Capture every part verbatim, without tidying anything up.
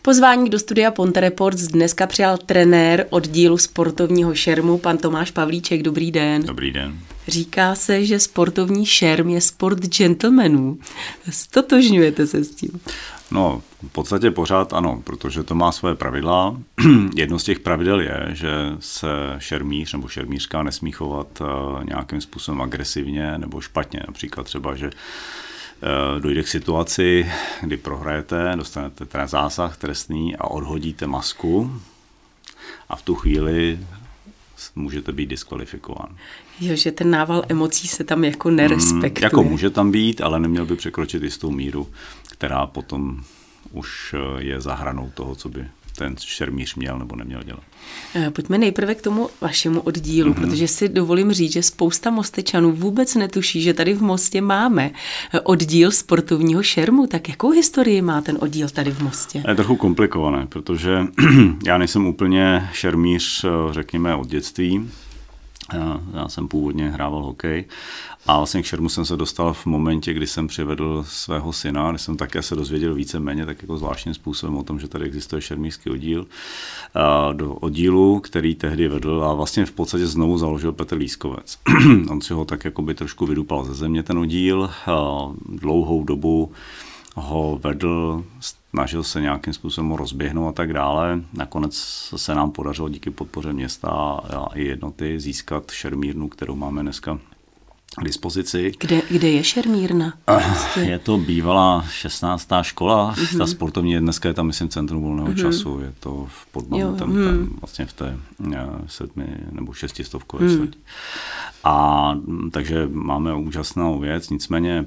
Pozvání do studia Ponte Reports dneska přijal trenér oddílu sportovního šermu, pan Tomáš Pavlíček. Dobrý den. Dobrý den. Říká se, že sportovní šerm je sport gentlemanů. Stotožňujete se s tím? No, v podstatě pořád ano, protože to má svoje pravidla. Jedno z těch pravidel je, že se šermíř nebo šermířka nesmí chovat nějakým způsobem agresivně nebo špatně. Například třeba, že dojde k situaci, kdy prohrajete, dostanete teda zásah trestný a odhodíte masku a v tu chvíli můžete být diskvalifikován. Jo, že ten nával emocí se tam jako nerespektuje. Mm, jako může tam být, ale neměl by překročit jistou míru, která potom už je za hranou toho, co by ten šermíř měl nebo neměl dělat. Pojďme nejprve k tomu vašemu oddílu, mm-hmm. protože si dovolím říct, že spousta Mostečanů vůbec netuší, že tady v Mostě máme oddíl sportovního šermu. Tak jakou historii má ten oddíl tady v Mostě? Je trochu komplikované, protože já nejsem úplně šermíř, řekněme, od dětství. Já jsem původně hrával hokej a vlastně k šermu jsem se dostal v momentě, kdy jsem přivedl svého syna, kdy jsem také se dozvěděl víceméně tak jako zvláštním způsobem o tom, že tady existuje šermířský oddíl, do oddílu, který tehdy vedl a vlastně v podstatě znovu založil Petr Lískovec. On si ho tak jako by trošku vydupal ze země ten oddíl, dlouhou dobu ho vedl, snažil se nějakým způsobem rozběhnout a tak dále. Nakonec se nám podařilo díky podpoře města a i jednoty získat šermírnu, kterou máme dneska k dispozici. Kde, kde je šermírna? Je to bývalá šestnáctá škola, mm-hmm. ta sportovní je dneska je tam, myslím, centrum volného mm-hmm. času. Je to v Podmamutem, mm. vlastně v té sedmi nebo šestistovkové mm. čtvrti. A takže máme úžasnou věc, nicméně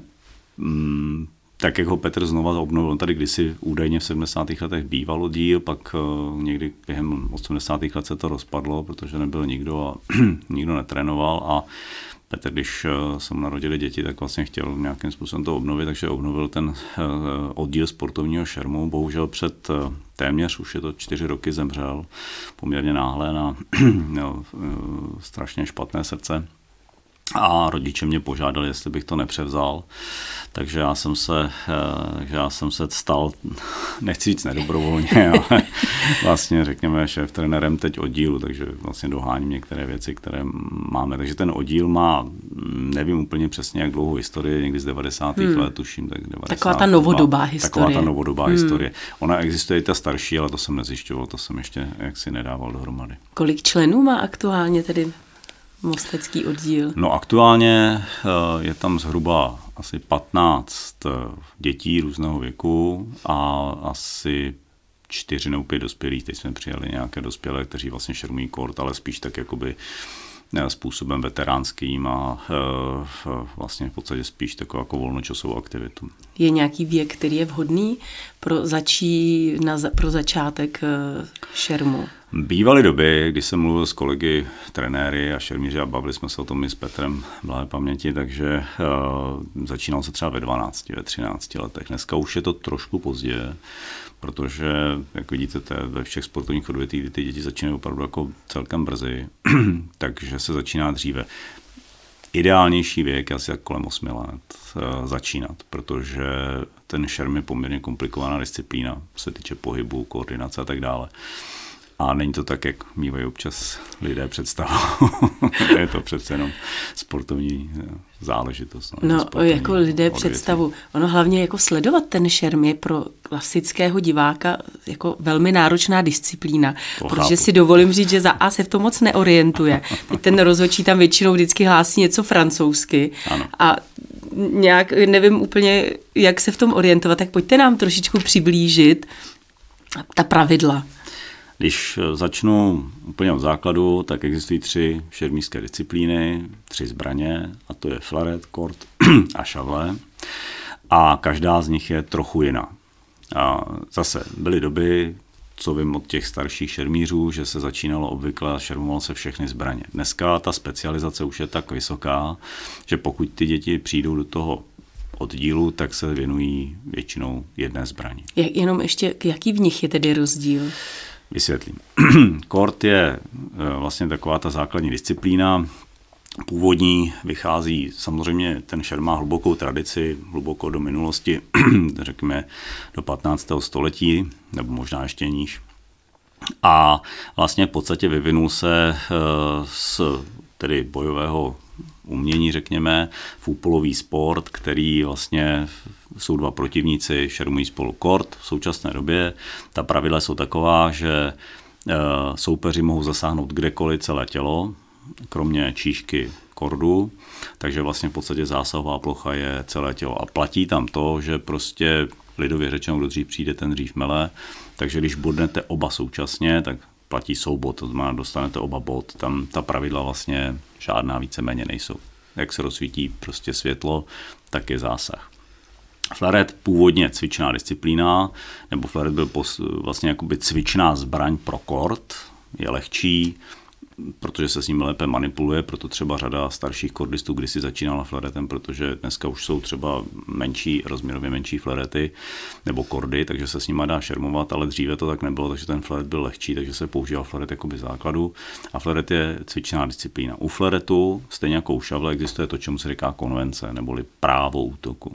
mm, tak, jak ho Petr znova obnovil, on tady kdysi údajně v sedmdesátých letech býval oddíl, pak uh, někdy během osmdesátých let se to rozpadlo, protože nebyl nikdo a nikdo netrénoval a Petr, když uh, se mu narodili děti, tak vlastně chtěl nějakým způsobem to obnovit, takže obnovil ten uh, oddíl sportovního šermu. Bohužel před uh, téměř, už je to čtyři roky, zemřel poměrně náhle na no, uh, strašně špatné srdce. A rodiče mě požádali, jestli bych to nepřevzal, takže já jsem se, takže já jsem se stal, nechci říct nedobrovolně, ale vlastně řekněme šéf trenérem teď oddílu, takže vlastně doháním některé věci, které máme. Takže ten oddíl má, nevím úplně přesně, jak dlouhou historii, někdy z devadesátých hmm. let, tuším. Tak devadesát Taková ta novodobá historie. Taková ta novodobá hmm. historie. Ona existuje i ta starší, ale to jsem nezjišťoval, to jsem ještě jaksi nedával dohromady. Kolik členů má aktuálně tedy mostecký oddíl? No aktuálně je tam zhruba asi patnáct dětí různého věku a asi čtyři nebo pět dospělých. Teď jsme přijali nějaké dospělé, kteří vlastně šermují kort, ale spíš tak jakoby způsobem veteránským a vlastně v podstatě spíš takovou jako volnočasovou aktivitu. Je nějaký věk, který je vhodný pro, začí, na, pro začátek šermu? Bývaly doby, kdy jsem mluvil s kolegy, trenéry a šermíři a bavili jsme se o tom i s Petrem blahé paměti, takže uh, začínal se třeba ve dvanácti, ve třinácti letech. Dneska už je to trošku pozdě, protože, jak vidíte, to je ve všech sportovních odvětvích, kdy ty děti začínají opravdu jako celkem brzy, takže se začíná dříve. Ideálnější věk je asi kolem osmi let uh, začínat, protože ten šerm je poměrně komplikovaná disciplína, se týče pohybu, koordinace a tak dále. A není to tak, jak mývají občas lidé představu. Je to přece jenom sportovní záležitost. No, no jako lidé odvětví. Představu. Ono hlavně jako sledovat ten šerm je pro klasického diváka jako velmi náročná disciplína. To protože chápu. Si dovolím říct, že za A se v tom moc neorientuje. Teď ten rozhodčí tam většinou vždycky hlásí něco francouzsky. Ano. A nějak nevím úplně, jak se v tom orientovat. Tak pojďte nám trošičku přiblížit ta pravidla. Když začnu úplně od základu, tak existují tři šermířské disciplíny, tři zbraně, a to je flaret, kort a šavle. A každá z nich je trochu jiná. A zase byly doby, co vím od těch starších šermířů, že se začínalo obvykle a šermovalo se všechny zbraně. Dneska ta specializace už je tak vysoká, že pokud ty děti přijdou do toho oddílu, tak se věnují většinou jedné zbraní. Jak, jenom ještě, jaký v nich je tedy rozdíl? Vysvětlím. Kort je vlastně taková ta základní disciplína, Původní vychází, samozřejmě ten šerm má hlubokou tradici, hluboko do minulosti, řekněme do patnáctého století, nebo možná ještě níž. A vlastně v podstatě vyvinul se z tedy bojového umění, řekněme, fúpolový sport, který vlastně jsou dva protivníci, šermují spolu kort v současné době. Ta pravidla jsou taková, že soupeři mohou zasáhnout kdekoliv celé tělo, kromě číšky kordu, takže vlastně v podstatě zásahová plocha je celé tělo. A platí tam to, že prostě lidově řečeno, kdo dřív přijde, ten dřív mele, takže když bodnete oba současně, tak platí soubod, to znamená, dostanete oba bod, tam ta pravidla vlastně žádná víceméně nejsou. Jak se rozsvítí prostě světlo, tak je zásah. Flaret původně cvičná disciplína, nebo flaret byl pos, vlastně jakoby cvičná zbraň pro kort, je lehčí, protože se s ním lépe manipuluje, proto třeba řada starších kordistů kdysi začínala flaretem, protože dneska už jsou třeba menší, rozměrově menší flarety nebo kordy, takže se s nimi dá šermovat, ale dříve to tak nebylo, takže ten flaret byl lehčí, takže se používal flaret jakoby základu a flaret je cvičná disciplína. U flaretu, stejně jako u šavle, existuje to, čemu se říká konvence, neboli právo útoku.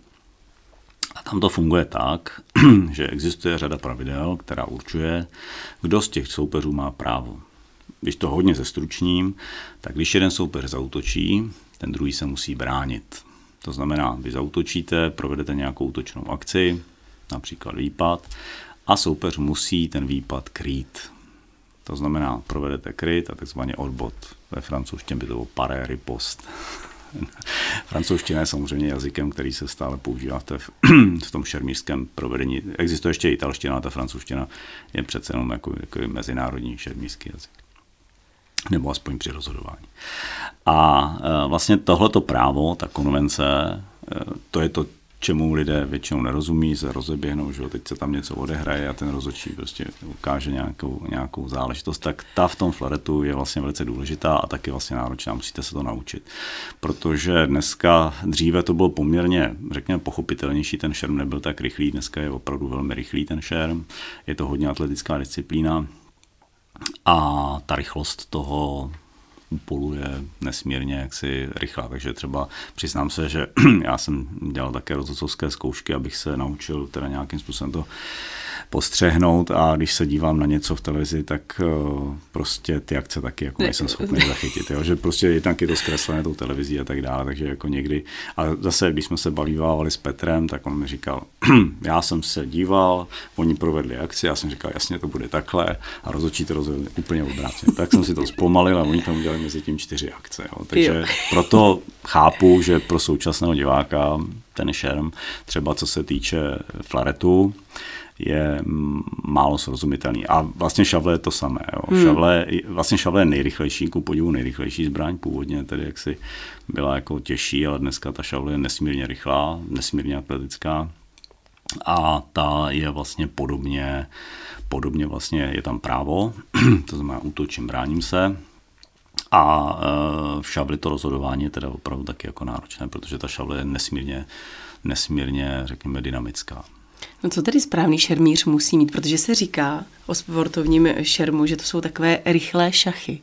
A tam to funguje tak, že existuje řada pravidel, která určuje, kdo z těch soupeřů má právo. Když to hodně zestručním, tak když jeden soupeř zaútočí, ten druhý se musí bránit. To znamená, vy zaútočíte, provedete nějakou útočnou akci, například výpad, a soupeř musí ten výpad krýt. To znamená, provedete kryt a takzvaně odbod. Ve francouzštině by to bylo paré ripost. Francouzština je samozřejmě jazykem, který se stále používá v, té, v tom šermířském provedení. Existuje ještě italština, ale ta francouzština je přece jenom jako, jako mezinárodní šermířský jazyk. Nebo aspoň při rozhodování. A vlastně tohleto právo, ta konvence, to je to, čemu lidé většinou nerozumí, se rozeběhnou, že teď se tam něco odehraje a ten rozhodčí prostě ukáže nějakou, nějakou záležitost, tak ta v tom flaretu je vlastně velice důležitá a taky vlastně náročná, musíte se to naučit. Protože dneska, dříve to bylo poměrně, řekněme, pochopitelnější, ten šerm nebyl tak rychlý, dneska je opravdu velmi rychlý ten šerm, je to hodně atletická disciplína a ta rychlost toho úpolu je nesmírně jaksi rychlá, takže třeba přiznám se, že já jsem dělal také rozhodcovské zkoušky, abych se naučil teda nějakým způsobem to postřehnout a když se dívám na něco v televizi, tak uh, prostě ty akce taky jako nejsem schopný zachytit, jo? Že prostě jednak je to zkreslené tou televizí a tak dále, takže jako někdy, a zase když jsme se bavívali s Petrem, tak on mi říkal, já jsem se díval, oni provedli akci, já jsem říkal, jasně to bude takhle a rozhodčí to rozhodli úplně obráceně, tak jsem si to zpomalil a oni tam udělali mezi tím čtyři akce, jo? Takže jo. Proto chápu, že pro současného diváka ten šerm, třeba co se týče flaretu, je málo srozumitelný. A vlastně šavle je to samé. Jo. Hmm. Šavle, vlastně šavle je nejrychlejší, ku podivu nejrychlejší zbraň. Původně tedy jaksi byla jako těžší, ale dneska ta šavle je nesmírně rychlá, nesmírně atletická. A ta je vlastně podobně, podobně vlastně je tam právo, to znamená útočím, bráním se. A v šavli to rozhodování je teda opravdu taky jako náročné, protože ta šavle je nesmírně, nesmírně, řekněme, dynamická. No co tedy správný šermíř musí mít? Protože se říká o sportovním šermu, že to jsou takové rychlé šachy.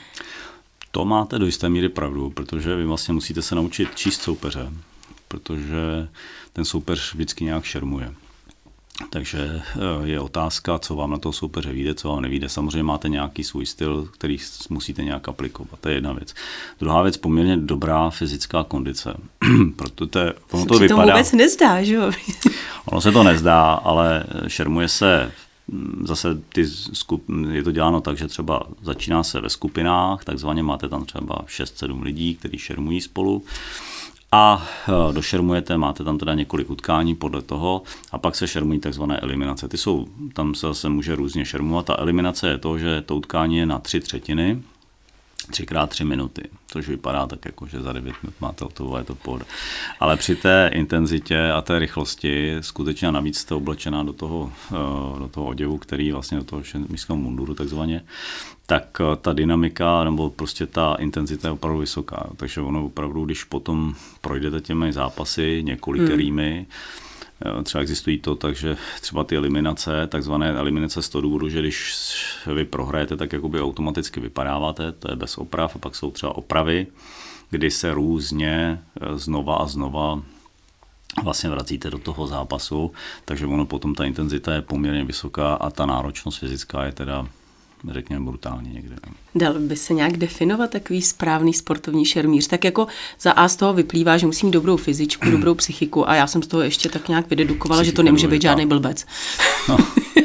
To máte do jisté míry pravdu, protože vy vlastně musíte se naučit číst soupeře, protože ten soupeř vždycky nějak šermuje. Takže je otázka, co vám na toho soupeře vyjde, co vám nevyjde. Samozřejmě máte nějaký svůj styl, který musíte nějak aplikovat. To je jedna věc. Druhá věc, poměrně dobrá fyzická kondice. Proto to, ono to vypadá... to vůbec nezdá, že jo? Ono se to nezdá, ale šermuje se zase, ty skup, je to děláno tak, že třeba začíná se ve skupinách, takzvaně máte tam třeba šest sedm lidí, kteří šermují spolu. A došermujete, máte tam teda několik utkání podle toho a pak se šermují takzvané eliminace. Ty jsou, tam se zase může různě šermovat. Ta eliminace je to, že to utkání je na tři třetiny, třikrát tři minuty, což vypadá tak jako, že za devět minut máte hotovo, je to pod. Ale při té intenzitě a té rychlosti skutečně navíc jste oblečená do toho, do toho oděvu, který vlastně do toho šermířského munduru takzvaně, tak ta dynamika nebo prostě ta intenzita je opravdu vysoká. Takže ono opravdu, když potom projdete těmi zápasy několikerými, hmm. třeba existují to, takže třeba ty eliminace, takzvané eliminace z toho důvodu, že když vy prohrajete, tak jakoby automaticky vypadáváte, to je bez oprav, a pak jsou třeba opravy, kdy se různě znova a znova vlastně vracíte do toho zápasu, takže ono potom ta intenzita je poměrně vysoká a ta náročnost fyzická je teda, řekněme, brutálně někde. Dal by se nějak definovat takový správný sportovní šermíř? Tak jako za A z toho vyplývá, že musí mít dobrou fyzičku, dobrou psychiku a já jsem z toho ještě tak nějak vydedukovala, Psychika že to nemůže být žádný blbec. No,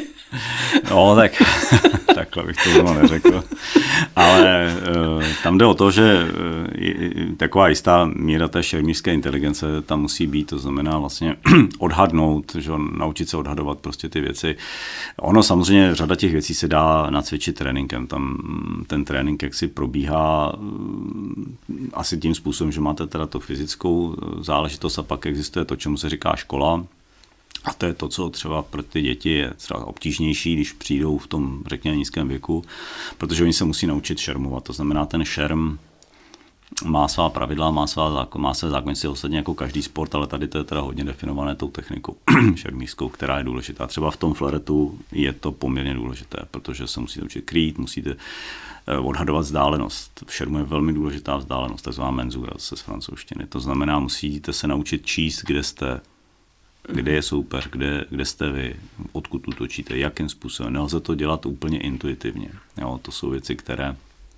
no tak takhle bych to bylo neřekl. Ale uh, tam jde o to, že uh, taková jistá míra té šermířské inteligence tam musí být, to znamená vlastně odhadnout, že naučit se odhadovat prostě ty věci. Ono samozřejmě řada těch věcí se dá nacvičit tréninkem. Tam ten trénink jaksi probíhá uh, asi tím způsobem, že máte teda tu fyzickou záležitost a pak existuje to, čemu se říká škola. A to je to, co třeba pro ty děti je třeba obtížnější, když přijdou v tom, řekněme, nízkém věku, protože oni se musí naučit šermovat. To znamená, ten šerm má svá pravidla, má, svá zákon, má své zákonitosti ostatně jako každý sport, ale tady to je teda hodně definované tou technikou šermířskou, která je důležitá. Třeba v tom flaretu je to poměrně důležité, protože se musíte učit krýt, musíte odhadovat vzdálenost. V šermu je velmi důležitá vzdálenost, takzvaná menzura se z francouzštiny. To znamená, musíte se naučit číst, kde jste, kde je soupeř, kde, kde jste vy, odkud útočíte, jakým způsobem. Nelze to dělat úplně intuitivně. Jo, to jsou věci, které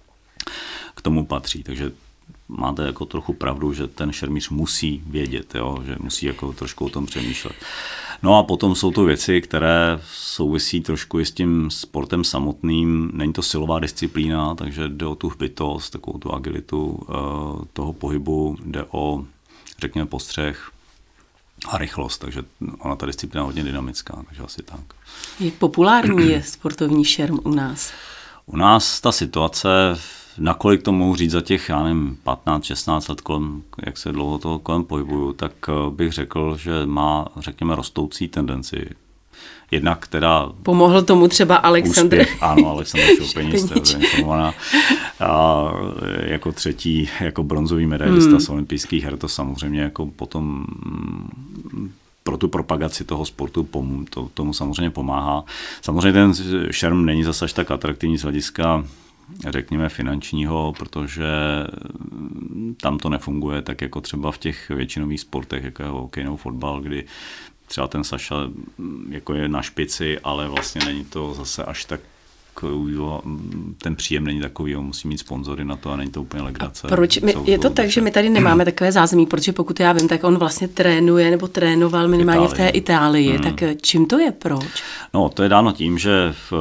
k tomu patří. Takže máte jako trochu pravdu, že ten šermíř musí vědět, jo, že musí jako trošku o tom přemýšlet. No a potom jsou to věci, které souvisí trošku i s tím sportem samotným. Není to silová disciplína, takže jde o tu hbitost, takovou tu agilitu toho pohybu, jde o, řekněme, postřeh a rychlost, takže ona ta disciplína je hodně dynamická, takže asi tak. Jak populární je sportovní šerm u nás? U nás ta situace, nakolik to mohu říct za těch, já nevím, patnáct šestnáct let, kolem, jak se dlouho toho kolem pohybuju, tak bych řekl, že má, řekněme, rostoucí tendenci. Jednak teda... Pomohl tomu třeba Alexandr. Úspěch, ano, Alexandr Šoupeníc, to je informovaná. A jako třetí, jako bronzový medailista hmm. z olympijských her, to samozřejmě jako potom pro tu propagaci toho sportu to, tomu samozřejmě pomáhá. Samozřejmě ten šerm není zase až tak atraktivní z hlediska, řekněme, finančního, protože tam to nefunguje tak jako třeba v těch většinových sportech, jako je hokej nebo fotbal, kdy třeba ten Saša jako je na špici, ale vlastně není to zase až tak, ten příjem není takový, on musí mít sponzory na to a není to úplně legrace. A proč? My, je to tak, že my tady nemáme takové zázemí, protože pokud já vím, tak on vlastně trénuje nebo trénoval minimálně Itálii. v té Itálii, hmm. tak čím to je, proč? No, to je dáno tím, že v,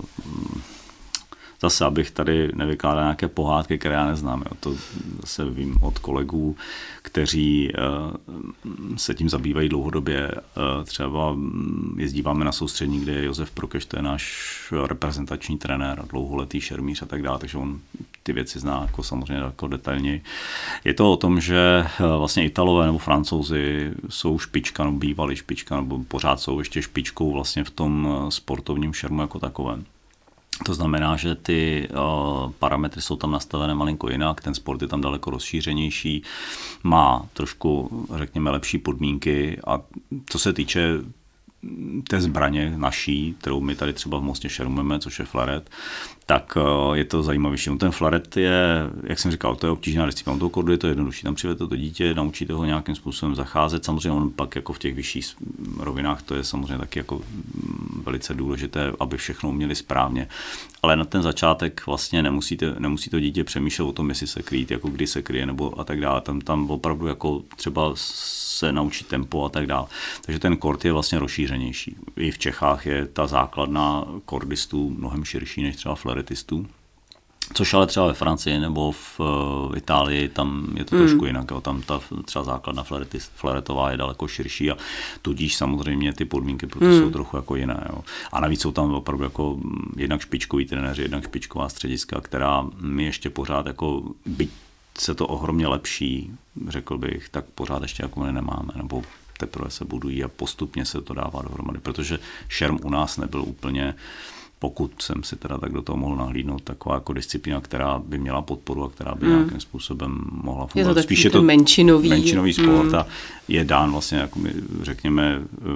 zase, abych tady nevykládal nějaké pohádky, které já neznám. Jo. To zase vím od kolegů, kteří uh, se tím zabývají dlouhodobě. Uh, třeba jezdíváme na soustřední, kde je Josef Prokeš, to je náš reprezentační trenér, dlouholetý šermíř a tak dále, takže on ty věci zná jako samozřejmě jako detailněji. Je to o tom, že vlastně Italové nebo Francouzi jsou špička, nebo bývalí špička, nebo pořád jsou ještě špičkou vlastně v tom sportovním šermu jako takovém. To znamená, že ty uh, parametry jsou tam nastavené malinko jinak, ten sport je tam daleko rozšířenější, má trošku, řekněme, lepší podmínky a co se týče té zbraně naší, kterou my tady třeba v Mostě šermujeme, což je flaret, tak je to zajímavější. No ten flaret je, jak jsem říkal, to je obtížná disciplína. Toho kordu je to jednodušší. Tam přivedete to dítě, naučíte ho nějakým způsobem zacházet. Samozřejmě on pak jako v těch vyšších rovinách to je samozřejmě taky jako velice důležité, aby všechno uměli správně. Ale na ten začátek vlastně nemusíte, nemusí to dítě přemýšlet o tom, jestli se kryjít, jako kdy se kryje nebo a tak dále. Tam, tam opravdu jako třeba se naučit tempo a tak dále. Takže ten kord je vlastně rozšířenější. I v Čechách je ta základna kordistů mnohem širší než třeba flaretistů. Což ale třeba ve Francii nebo v Itálii, tam je to mm. trošku jinak. Jo. Tam ta třeba základna flaretová je daleko širší a tudíž samozřejmě ty podmínky proto mm. jsou trochu jako jiné. Jo. A navíc jsou tam opravdu jako jednak špičkoví trenéři, jednak špičková střediska, která my ještě pořád jako byť se to ohromně lepší, řekl bych, tak pořád ještě jako nemáme, nebo teprve se budují a postupně se to dává dohromady, protože šerm u nás nebyl úplně, pokud jsem si teda tak do toho mohl nahlídnout, taková jako disciplína, která by měla podporu a která by mm. nějakým způsobem mohla fungovat. Je to Spíš je to menšinový, menšinový sport mm. a je dán vlastně, jako my řekněme,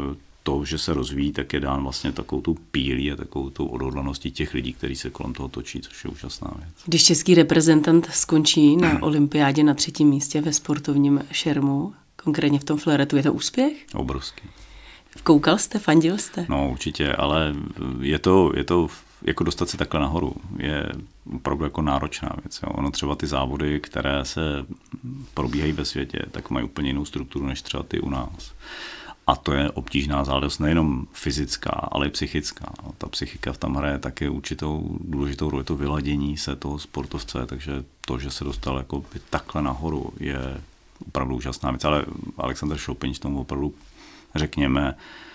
to, že se rozvíjí, tak je dán vlastně takovou tu pílí a takovou tu odhodlaností těch lidí, kteří se kolem toho točí, což je úžasná věc. Když český reprezentant skončí na olympiádě na třetím místě ve sportovním šermu, konkrétně v tom fleretu, je to úspěch? Obrovský. Koukal jste, fandil jste? No určitě, ale je to, je to jako dostat se takhle nahoru, je opravdu jako náročná věc. Jo. Ono třeba ty závody, které se probíhají ve světě, tak mají úplně jinou strukturu než třeba ty u nás. A to je obtížná záležitost nejenom fyzická, ale i psychická. Ta psychika v tam hraje taky určitou důležitou roli, to vyladění se toho sportovce, takže to, že se dostal jako takhle nahoru, je opravdu úžasná věc. Ale Alexander Šoupinič tomu opravdu, řekněme,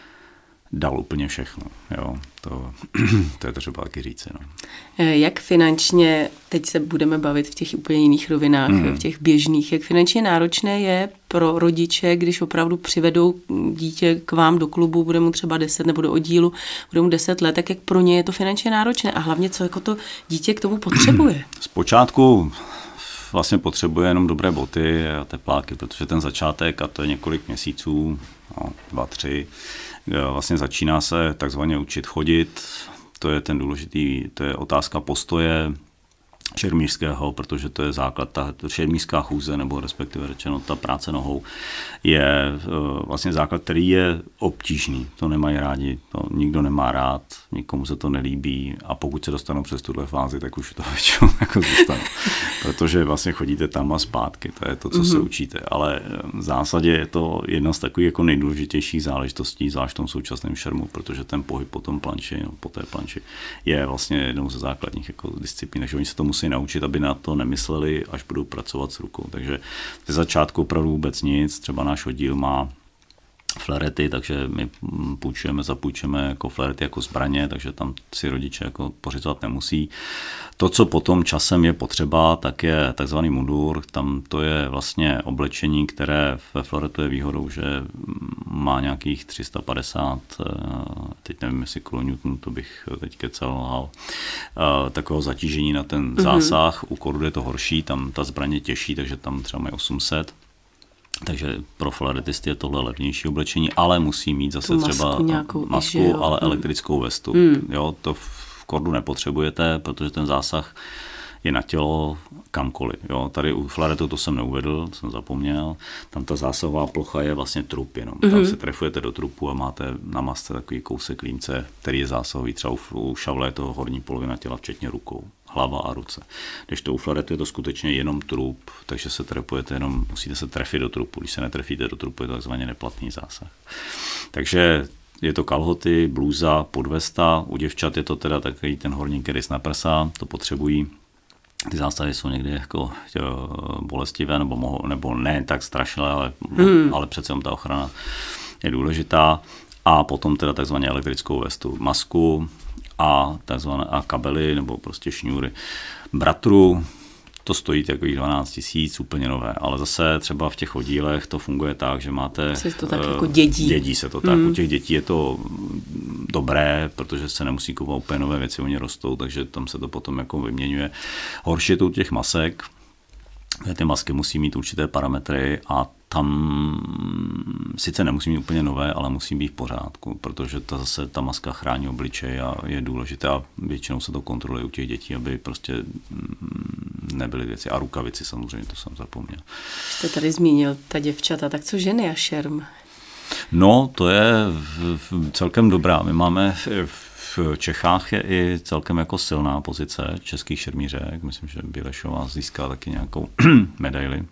dal úplně všechno. Jo. To, to je třeba taky říct. No. Jak finančně, teď se budeme bavit v těch úplně jiných rovinách, mm. v těch běžných, jak finančně náročné je pro rodiče, když opravdu přivedou dítě k vám do klubu, bude mu třeba deset nebo do oddílu, bude mu deset let, tak jak pro ně je to finančně náročné a hlavně, co jako to dítě k tomu potřebuje? Zpočátku vlastně potřebuje jenom dobré boty a tepláky, protože ten začátek, a to je několik měsíců, no, dva, tři, vlastně začíná se takzvaně učit chodit, to je ten důležitý, to je otázka postoje šermířského, protože to je základ, ta šermířská chůze, nebo respektive řečeno ta práce nohou, je vlastně základ, který je obtížný, to nemají rádi, to nikdo nemá rád, nikomu se to nelíbí a pokud se dostanou přes tuhle fázi, tak už to většinou jako zůstane, protože vlastně chodíte tam a zpátky, to je to, co mm-hmm. se učíte, ale v zásadě je to jedna z takových jako nejdůležitějších záležitostí, zvlášť v tom současném šermu, protože ten pohyb po tom planči, no, po té planči je vlastně jednou ze základních jako disciplín, takže oni se to musí naučit, aby na to nemysleli, až budou pracovat s rukou. Takže ze začátku opravdu vůbec nic, třeba náš oddíl má flerety, takže my půjčujeme, zapůjčujeme jako flerety jako zbraně, takže tam si rodiče jako pořizovat nemusí. To, co potom časem je potřeba, tak je takzvaný mundur, tam to je vlastně oblečení, které ve fleretu je výhodou, že má nějakých tři sta padesát, teď nevím, jestli kilonewtonů, to bych teď kecal lhal, takového zatížení na ten zásah, u kordu je to horší, tam ta zbraně těžší, takže tam třeba mají osm set. Takže pro flaretisty je tohle levnější oblečení, ale musí mít zase masku, třeba masku, ještě, ale hmm. elektrickou vestu. Hmm. Jo, to v kordu nepotřebujete, protože ten zásah je na tělo kamkoliv. Jo. Tady u flaretu to jsem neuvedl, jsem zapomněl. Tam ta zásahová plocha je vlastně trup jenom. Mm-hmm. Tam se trefujete do trupu a máte na masce takový kousek límce, který je zásahový. Třeba u šavle je to horní polovina těla, včetně rukou, hlava a ruce. Když to u flaretu je to skutečně jenom trup, takže se trefujete jenom, musíte se trefit do trupu. Když se netrefíte do trupu, je to takzvaně neplatný zásah. Takže je to kalhoty, blůza, podvesta. U děvčat je to teda takový ten horní kerys na prsa, to potřebují. Ty zásahy jsou někdy jako bolestivé, nebo, mohou, nebo ne tak strašné, ale, hmm. ale přece ta ochrana je důležitá. A potom teda takzvaně elektrickou vestu, masku a takzvané a kabely, nebo prostě šňůry. Bratru, to stojí takových dvanáct tisíc, úplně nové, ale zase třeba v těch oddílech to funguje tak, že máte... Se to tak uh, jako dědí. Dědí se to tak. Mm. U těch dětí je to dobré, protože se nemusí kupovat úplně nové věci, oni rostou, takže tam se to potom jako vyměňuje. Horší je to u těch masek, ty masky musí mít určité parametry a tam sice nemusí mít úplně nové, ale musí být v pořádku, protože ta zase ta maska chrání obličej a je důležité a většinou se to kontroluje u těch dětí, aby prostě nebyly věci. A rukavici samozřejmě, to jsem zapomněl. Jste tady zmínil ta děvčata, tak co ženy a šerm? No, to je celkem dobrá. My máme v Čechách je i celkem jako silná pozice českých šermířek. Myslím, že Bělešová získala taky nějakou medaili.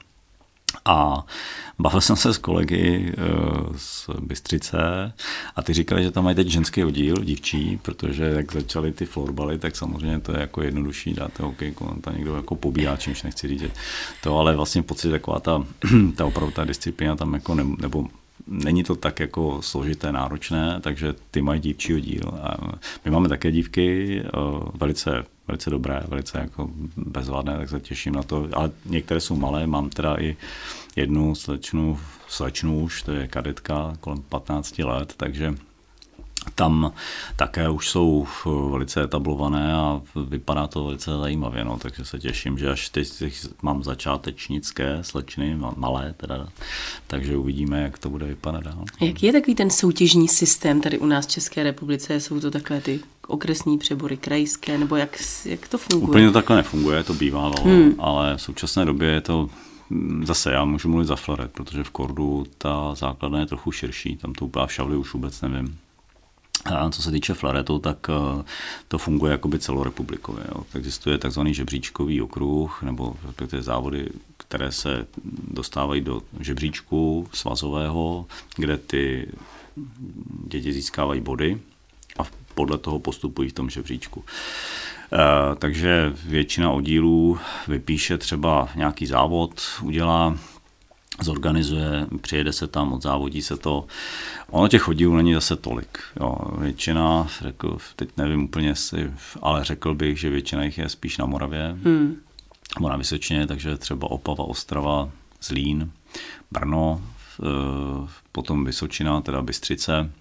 A bavil jsem se s kolegy z Bystřice a ty říkali, že tam mají teď ženský oddíl, dívčí, protože jak začaly ty florbaly, tak samozřejmě to je jako jednodušší, dáte hokejku, tam někdo jako pobíhá, čímž nechci říct to, ale vlastně pocit taková ta, ta opravdu ta disciplína tam jako ne, nebo není to tak jako složité, náročné, takže ty mají dívčí oddíl. A my máme také dívky, velice, velice dobré, velice jako bezvadné, tak se těším na to. Ale některé jsou malé, mám teda i jednu slečnu, slečnu už, to je kadetka kolem patnáct let, takže tam také už jsou velice etablované a vypadá to velice zajímavě, no, takže se těším, že až teď mám začátečnické slečny, malé teda, takže uvidíme, jak to bude vypadat dál. Jaký je takový ten soutěžní systém tady u nás v České republice? Jsou to takové ty okresní přebory, krajské, nebo jak, jak to funguje? Úplně to takhle nefunguje, to bývalo, hmm. ale v současné době je to zase já můžu mluvit za Floret, protože v Kordu ta základna je trochu širší, tam to úplně v Šavli už vůbec nevím. A co se týče Floretu, tak to funguje jakoby celorepublikově. Jo. Existuje takzvaný žebříčkový okruh, nebo respektive závody, které se dostávají do žebříčku svazového, kde ty děti získávají body a podle toho postupují v tom žebříčku. Uh, takže většina oddílů vypíše třeba nějaký závod, udělá, zorganizuje, přijede se tam, odzávodí se to. Ono těch oddílů není zase tolik. Jo. Většina, řekl, teď nevím úplně, si, ale řekl bych, že většina jich je spíš na Moravě, hmm. na Vysočině, takže třeba Opava, Ostrava, Zlín, Brno, uh, potom Vysočina, teda Bystřice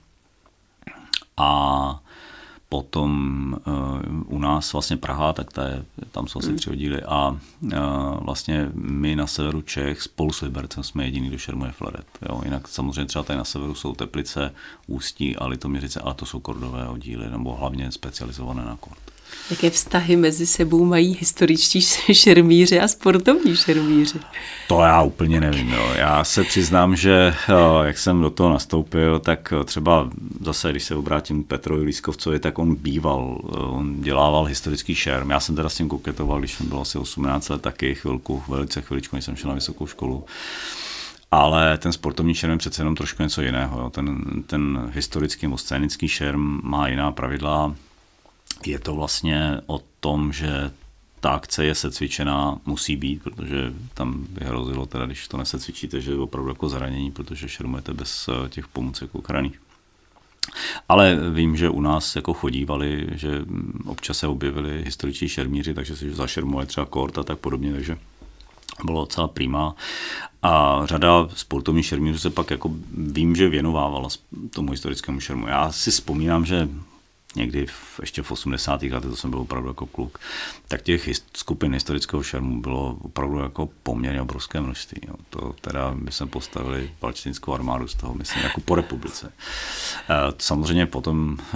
a potom uh, u nás vlastně Praha, tak ta je, tam jsou asi hmm. tři oddíly a uh, vlastně my na severu Čech spolu s Libercem jsme jediný, kdo šermuje Floret. Jo. Jinak samozřejmě třeba tady na severu jsou Teplice, Ústí a Litoměřice, ale to jsou kordové oddíly, nebo hlavně specializované na kord. Jaké vztahy mezi sebou mají historičtí šermíři a sportovní šermíři? To já úplně nevím. Jo. Já se přiznám, že jak jsem do toho nastoupil, tak třeba zase, když se obrátím k Petrovi Lískovcovi, tak on býval, on dělával historický šerm. Já jsem teda s tím koketoval, když jsem byl asi osmnáct let, taky chvilku, velice chviličku, než jsem šel na vysokou školu. Ale ten sportovní šerm je přece jenom trošku něco jiného. Jo. Ten, ten historický nebo scénický šerm má jiná pravidla. Je to vlastně o tom, že ta akce je secvičená, musí být, protože tam by hrozilo, teda, když to nesecvičíte, že je opravdu jako zranění, protože šermujete bez těch pomůcek ochranných. Ale vím, že u nás jako chodívali, že občas se objevili historičtí šermíři, takže si zašermovali třeba kort a tak podobně, takže bylo docela prima. A řada sportovních šermířů se pak jako vím, že věnovávala tomu historickému šermu. Já si vzpomínám, že někdy v, ještě v osmdesátých letech, to jsem byl opravdu jako kluk, tak těch skupin historického šermu bylo opravdu jako poměrně obrovské množství. Jo. To teda by jsme postavili palestinskou armádu z toho, myslím, jako po republice. E, samozřejmě po tom e,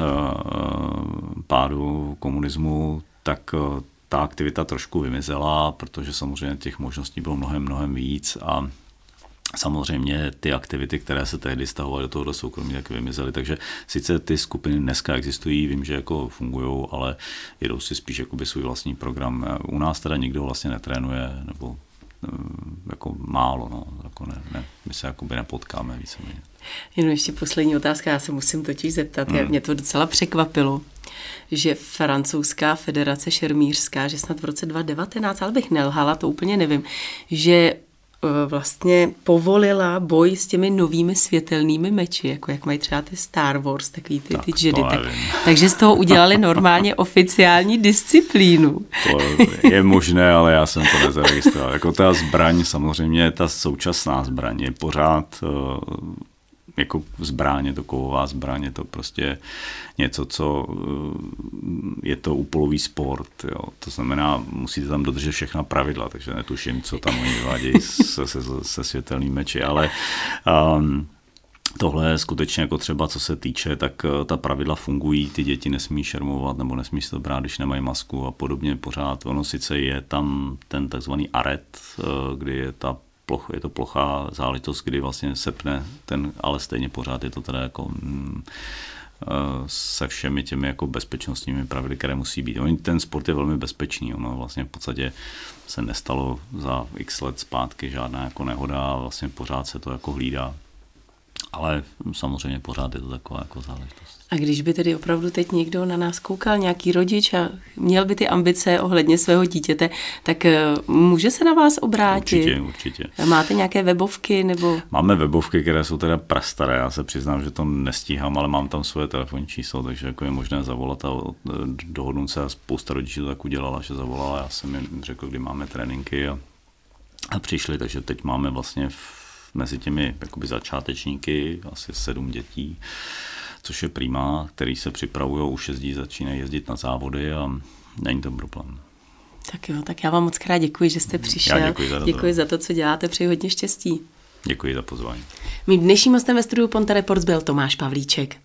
pádu komunismu, tak e, ta aktivita trošku vymizela, protože samozřejmě těch možností bylo mnohem, mnohem víc a samozřejmě ty aktivity, které se tehdy stahovaly do tohoto soukromí, tak vymizely. Takže sice ty skupiny dneska existují, vím, že jako fungují, ale jedou si spíš jakoby svůj vlastní program. U nás teda nikdo vlastně netrénuje, nebo jako málo, no, jako ne, ne, my se jakoby nepotkáme víceméně. Jenom ještě poslední otázka, já se musím totiž zeptat, hmm. mě to docela překvapilo, že francouzská federace šermířská, že snad v roce dva tisíce devatenáct, ale bych nelhala, to úplně nevím, že vlastně povolila boj s těmi novými světelnými meči, jako jak mají třeba ty Star Wars, takový ty, tak ty Jedi. Tak, takže z toho udělali normálně oficiální disciplínu. To je možné, ale já jsem to nezaregistroval. Jako ta zbraň, samozřejmě ta současná zbraň je pořád jako zbraň, je to kovová zbraň, je to prostě něco, co je to úpolový sport. Jo. To znamená, musíte tam dodržet všechna pravidla, takže netuším, co tam oni vyvádějí se, se, se světelnými meči, ale um, tohle je skutečně jako třeba, co se týče, tak ta pravidla fungují, ty děti nesmí šermovat nebo nesmí si to brát, když nemají masku a podobně pořád. Ono sice je tam ten takzvaný aret, kdy je ta Ploch, je to plochá záležitost, kdy vlastně sepne ten, ale stejně pořád je to teda jako mm, se všemi těmi jako bezpečnostními pravidly, které musí být. Ten sport je velmi bezpečný, ono vlastně v podstatě se nestalo za x let zpátky žádná jako nehoda a vlastně pořád se to jako hlídá. Ale samozřejmě pořád je to taková jako záležitost. A když by tedy opravdu teď někdo na nás koukal, nějaký rodič a měl by ty ambice ohledně svého dítěte, tak může se na vás obrátit? Určitě, určitě. Máte nějaké webovky? Nebo? Máme webovky, které jsou teda prastaré. Já se přiznám, že to nestíhám, ale mám tam svoje telefonní číslo, takže jako je možné zavolat a dohodnout se. A spousta rodičů to tak udělala, že zavolala. Já jsem jim řekl, kdy máme tréninky a, a přišli, takže teď máme vlastně v mezi těmi jakoby začátečníky, asi sedm dětí, což je prima, který se připravují, už jezdí, začínají jezdit na závody a není to problém. Tak jo, tak já vám moc krát děkuji, že jste přišel. Já děkuji za, děkuji za to, co děláte, přeji hodně štěstí. Děkuji za pozvání. Mým dnešním hostem ve studiu Ponte Reports byl Tomáš Pavlíček.